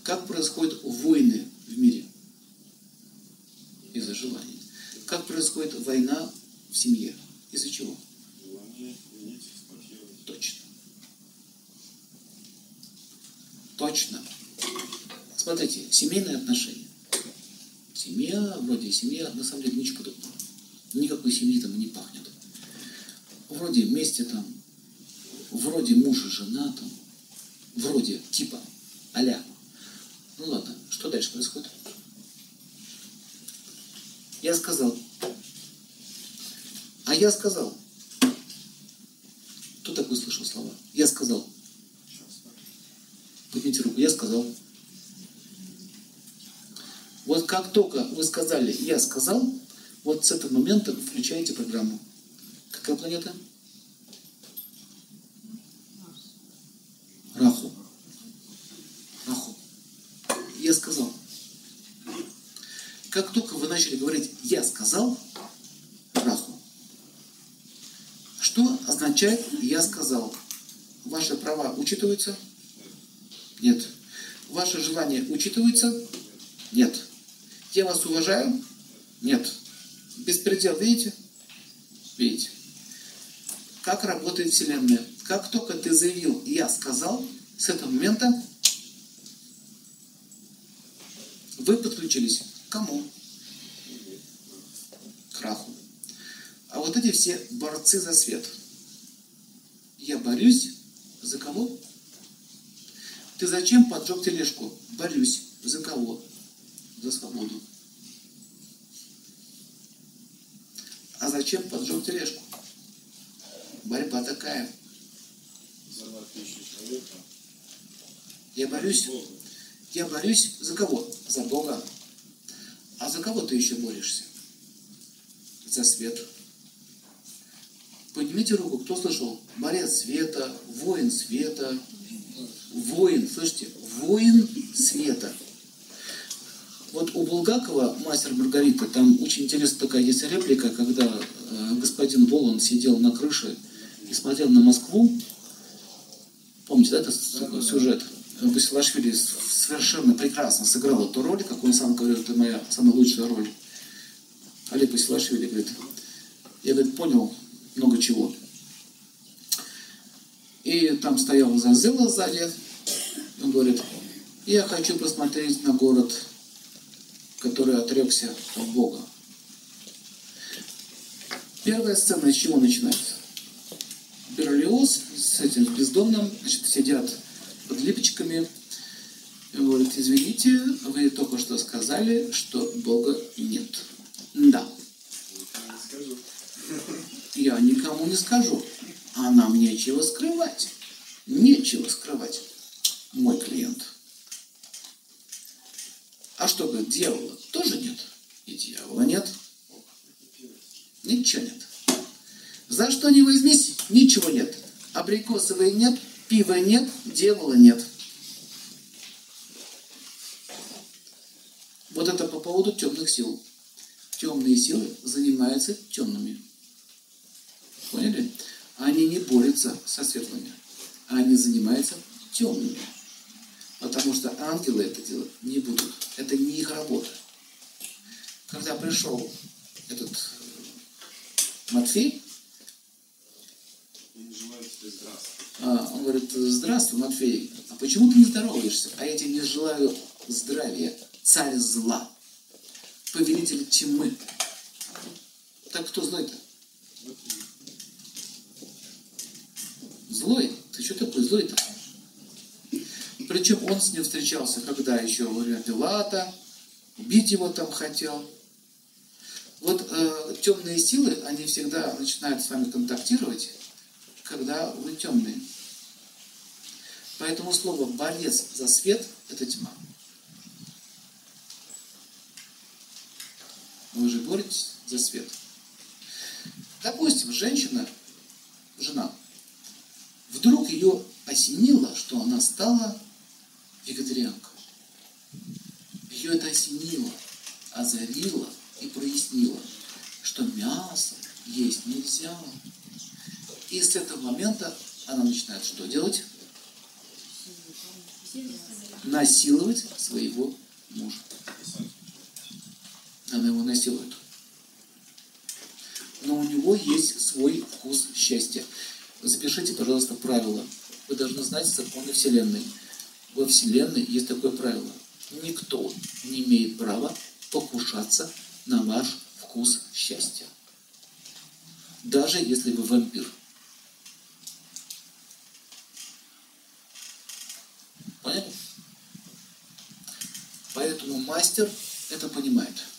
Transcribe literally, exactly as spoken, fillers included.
Как происходят войны в мире? Из-за желаний. Как происходит война в семье? Из-за чего? Точно. Точно. Смотрите, семейные отношения. Семья, вроде семья, на самом деле ничего подобного. Никакой семьи там не пахнет. Вроде вместе там, вроде муж и жена там, вроде типа, а-ля. Ну ладно, что дальше происходит? Я сказал. А я сказал. Кто такой слышал слова? Я сказал. Поднимите руку. Я сказал. Вот как только вы сказали «я сказал», вот с этого момента вы включаете программу. Какая планета? Раху. Раху. Я сказал. Как только вы начали говорить «я сказал», Раху, что означает «я сказал»? Ваши права учитываются? Нет. Ваши желания учитываются? Нет. Я вас уважаю? Нет. Беспредел, видите? Видите. Как работает Вселенная? Как только ты заявил «я сказал», с этого момента вы подключились к кому? К Раху. А вот эти все борцы за свет. Я борюсь за кого? Ты зачем поджег тележку? Борюсь. За кого? За свободу. А зачем поджег тележку? Борьба такая. Я борюсь. Я борюсь за кого? За Бога. А за кого ты еще борешься? За свет. Поднимите руку, кто слышал? Борец света, воин света. Воин, слышите? Воин света. Вот у Булгакова «Мастер Маргарита» там очень интересная такая есть реплика, когда э, господин Волан сидел на крыше и смотрел на Москву. Помните, да, этот да, сюжет? Да. Басилашвили совершенно прекрасно сыграл эту роль, как он сам говорил, это моя самая лучшая роль. Олег Басилашвили говорит, я, говорит, понял много чего. И там стоял Зазыла сзади, он говорит, я хочу посмотреть на город, который отрекся от Бога. Первая сцена с чего начинается? Берлиоз с этим бездомным, значит, сидят под липочками и говорят, извините, вы только что сказали, что Бога нет. Да. Я никому не скажу, а нам нечего скрывать. Нечего скрывать, мой клиент. А что, говорит, дьявола тоже нет? И дьявола нет. Ничего нет. За что не возьмись, ничего нет. Абрикосовой нет, пива нет, дьявола нет. Вот это по поводу темных сил. Темные силы занимаются темными. Поняли? Они не борются со светлыми. Они занимаются темными. Потому что ангелы это делать не будут. Это не их работа. Когда пришел этот Матфей, он говорит, здравствуй, Матфей, а почему ты не здороваешься? А я тебе не желаю здравия, царь зла, повелитель тьмы. Так кто злой-то? Злой? Ты что такой злой-то? Причем он с ним встречался, когда еще во время Пилата, убить его там хотел. Вот э, темные силы, они всегда начинают с вами контактировать, когда вы темные. Поэтому слово «борец за свет» — это тьма. Вы же боретесь за свет. Допустим, женщина, жена, вдруг ее осенило, что она стала вегетарианкой. Ее это осенило, озарило и прояснило, что мясо есть нельзя. И с этого момента она начинает что делать? насиловать своего мужа. Она его насилует. Но у него есть свой вкус счастья. Запишите, пожалуйста, правило. Вы должны знать законы Вселенной. Во Вселенной есть такое правило. Никто не имеет права покушаться на ваш вкус счастья. Даже если вы вампир. Понятно? Поэтому мастер это понимает.